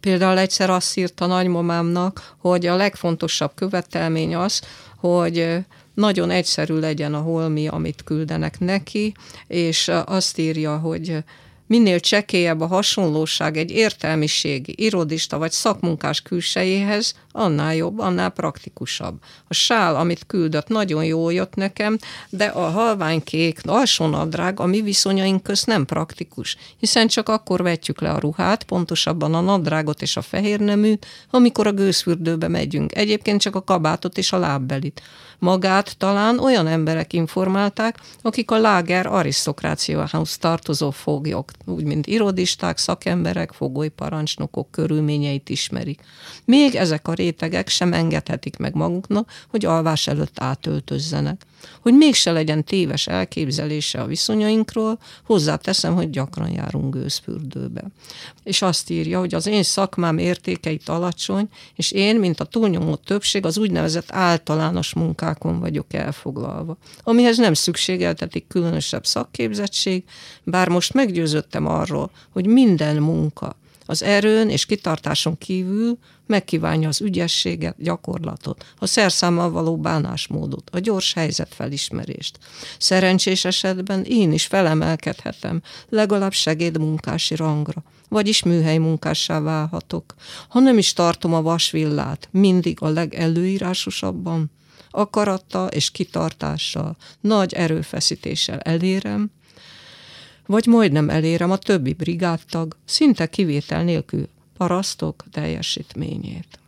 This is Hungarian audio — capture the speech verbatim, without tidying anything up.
Például egyszer azt írta nagymamámnak, hogy a legfontosabb követelmény az, hogy nagyon egyszerű legyen a holmi, amit küldenek neki, és azt írja, hogy minél csekélyebb a hasonlóság egy értelmiségi, irodista vagy szakmunkás külsejéhez, annál jobb, annál praktikusabb. A sál, amit küldött, nagyon jól jött nekem, de a halványkék alsónadrág a mi viszonyaink közt nem praktikus, hiszen csak akkor vetjük le a ruhát, pontosabban a nadrágot és a fehérneműt, amikor a gőzfürdőbe megyünk. Egyébként csak a kabátot és a lábbelit. Magát talán olyan emberek informálták, akik a láger arisztokráciához tartozó foglyok, úgy mint irodisták, szakemberek, fogolyparancsnokok körülményeit ismerik. Még ezek a rétegek sem engedhetik meg maguknak, hogy alvás előtt átöltözzenek. Hogy mégse legyen téves elképzelése a viszonyainkról, hozzáteszem, hogy gyakran járunk gőzfürdőbe. És azt írja, hogy az én szakmám értékeit alacsony, és én, mint a túlnyomó többség, az úgynevezett általános munkákon vagyok elfoglalva, amihez nem szükségeltetik különösebb szakképzettség, bár most meggyőződtem arról, hogy minden munka az erőn és kitartáson kívül megkívánja az ügyességet, gyakorlatot, a szerszámmal való bánásmódot, a gyors helyzetfelismerést. Szerencsés esetben én is felemelkedhetem, legalább segédmunkási rangra, vagyis műhelymunkássá válhatok. Ha nem is tartom a vasvillát mindig a legelőírásosabban, akarattal és kitartással, nagy erőfeszítéssel elérem, vagy majdnem elérem a többi brigádtag, szinte kivétel nélkül parasztok teljesítményét.